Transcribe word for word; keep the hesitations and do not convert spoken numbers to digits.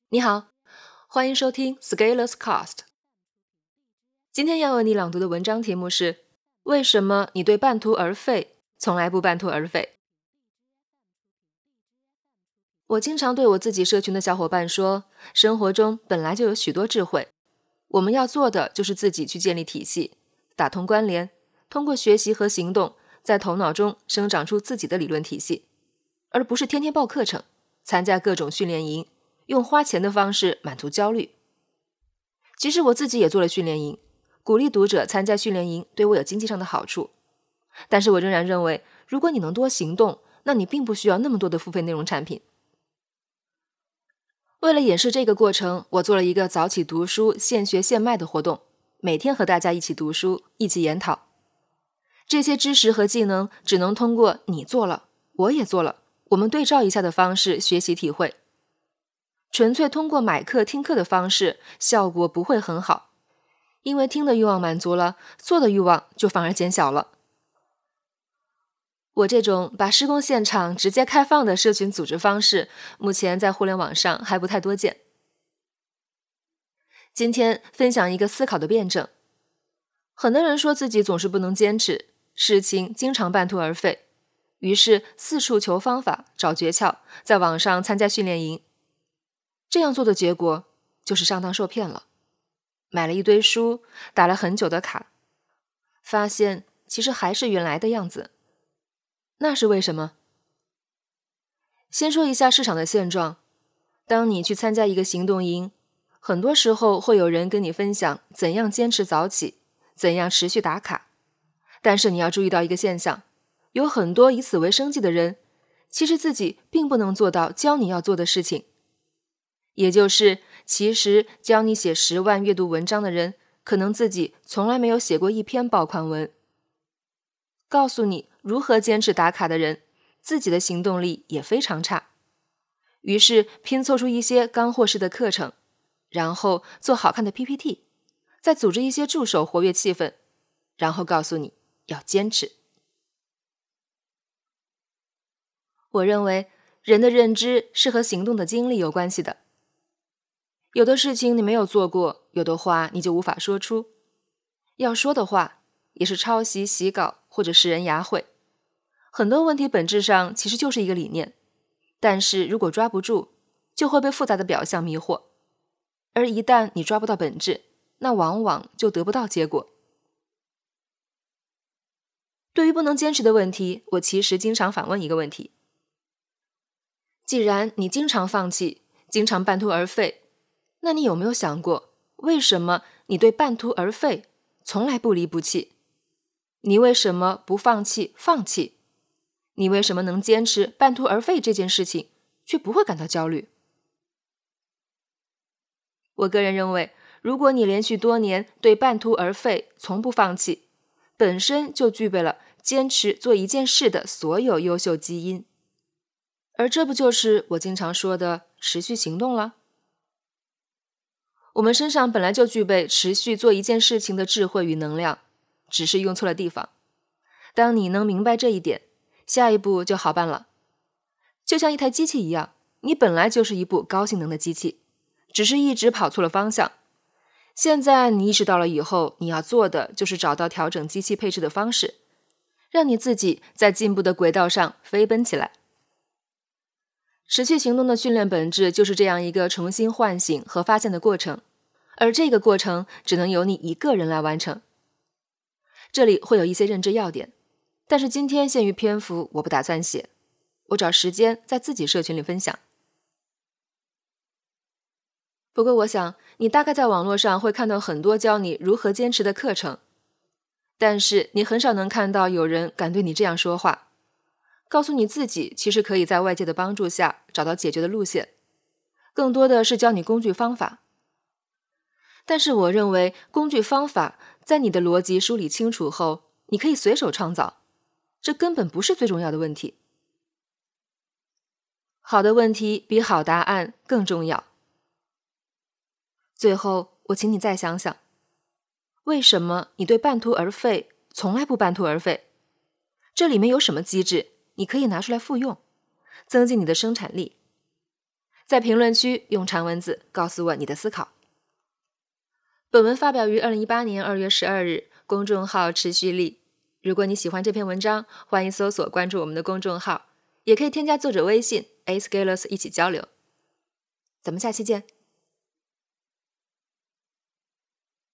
你好，欢迎收听 Scalers Cast。 今天要为你朗读的文章题目是：为什么你对半途而废从来不半途而废？我经常对我自己社群的小伙伴说，生活中本来就有许多智慧，我们要做的就是自己去建立体系，打通关联，通过学习和行动，在头脑中生长出自己的理论体系，而不是天天报课程，参加各种训练营，用花钱的方式满足焦虑。其实我自己也做了训练营，鼓励读者参加训练营对我有经济上的好处，但是我仍然认为，如果你能多行动，那你并不需要那么多的付费内容产品。为了演示这个过程，我做了一个早起读书现学现卖的活动，每天和大家一起读书，一起研讨。这些知识和技能只能通过你做了，我也做了，我们对照一下的方式学习体会。纯粹通过买课听课的方式，效果不会很好，因为听的欲望满足了，做的欲望就反而减小了。我这种把施工现场直接开放的社群组织方式，目前在互联网上还不太多见。今天分享一个思考的辩证。很多人说自己总是不能坚持，事情经常半途而废，于是四处求方法，找诀窍，在网上参加训练营。这样做的结果就是上当受骗了，买了一堆书，打了很久的卡，发现其实还是原来的样子。那是为什么？先说一下市场的现状。当你去参加一个行动营，很多时候会有人跟你分享怎样坚持早起，怎样持续打卡。但是你要注意到一个现象，有很多以此为生计的人，其实自己并不能做到教你要做的事情。也就是，其实教你写十万阅读文章的人，可能自己从来没有写过一篇爆款文。告诉你如何坚持打卡的人，自己的行动力也非常差。于是拼凑出一些干货式的课程，然后做好看的 P P T， 再组织一些助手活跃气氛，然后告诉你要坚持。我认为人的认知是和行动的经历有关系的。有的事情你没有做过，有的话你就无法说出。要说的话，也是抄袭、洗稿或者识人牙慧。很多问题本质上其实就是一个理念，但是如果抓不住，就会被复杂的表象迷惑。而一旦你抓不到本质，那往往就得不到结果。对于不能坚持的问题，我其实经常反问一个问题：既然你经常放弃，经常半途而废，那你有没有想过，为什么你对半途而废从来不离不弃？你为什么不放弃放弃？你为什么能坚持半途而废这件事情，却不会感到焦虑？我个人认为，如果你连续多年对半途而废从不放弃，本身就具备了坚持做一件事的所有优秀基因。而这不就是我经常说的持续行动了？我们身上本来就具备持续做一件事情的智慧与能量，只是用错了地方。当你能明白这一点，下一步就好办了。就像一台机器一样，你本来就是一部高性能的机器，只是一直跑错了方向。现在你意识到了以后，你要做的就是找到调整机器配置的方式，让你自己在进步的轨道上飞奔起来。持续行动的训练本质就是这样一个重新唤醒和发现的过程，而这个过程只能由你一个人来完成。这里会有一些认知要点，但是今天限于篇幅，我不打算写，我找时间在自己社群里分享。不过我想，你大概在网络上会看到很多教你如何坚持的课程，但是你很少能看到有人敢对你这样说话，告诉你自己其实可以在外界的帮助下找到解决的路线，更多的是教你工具方法。但是我认为工具方法在你的逻辑梳理清楚后，你可以随手创造，这根本不是最重要的问题。好的问题比好答案更重要。最后，我请你再想想，为什么你对半途而废从来不半途而废？这里面有什么机制你可以拿出来复用，增进你的生产力？ 在评论区用长文字告诉我你的思考。本文发表于二零一八年二月十二日，公众号持续力。如果你喜欢这篇文章，欢迎搜索关注我们的公众号，也可以添加作者微信 A Scalers 一起交流。咱们下期见。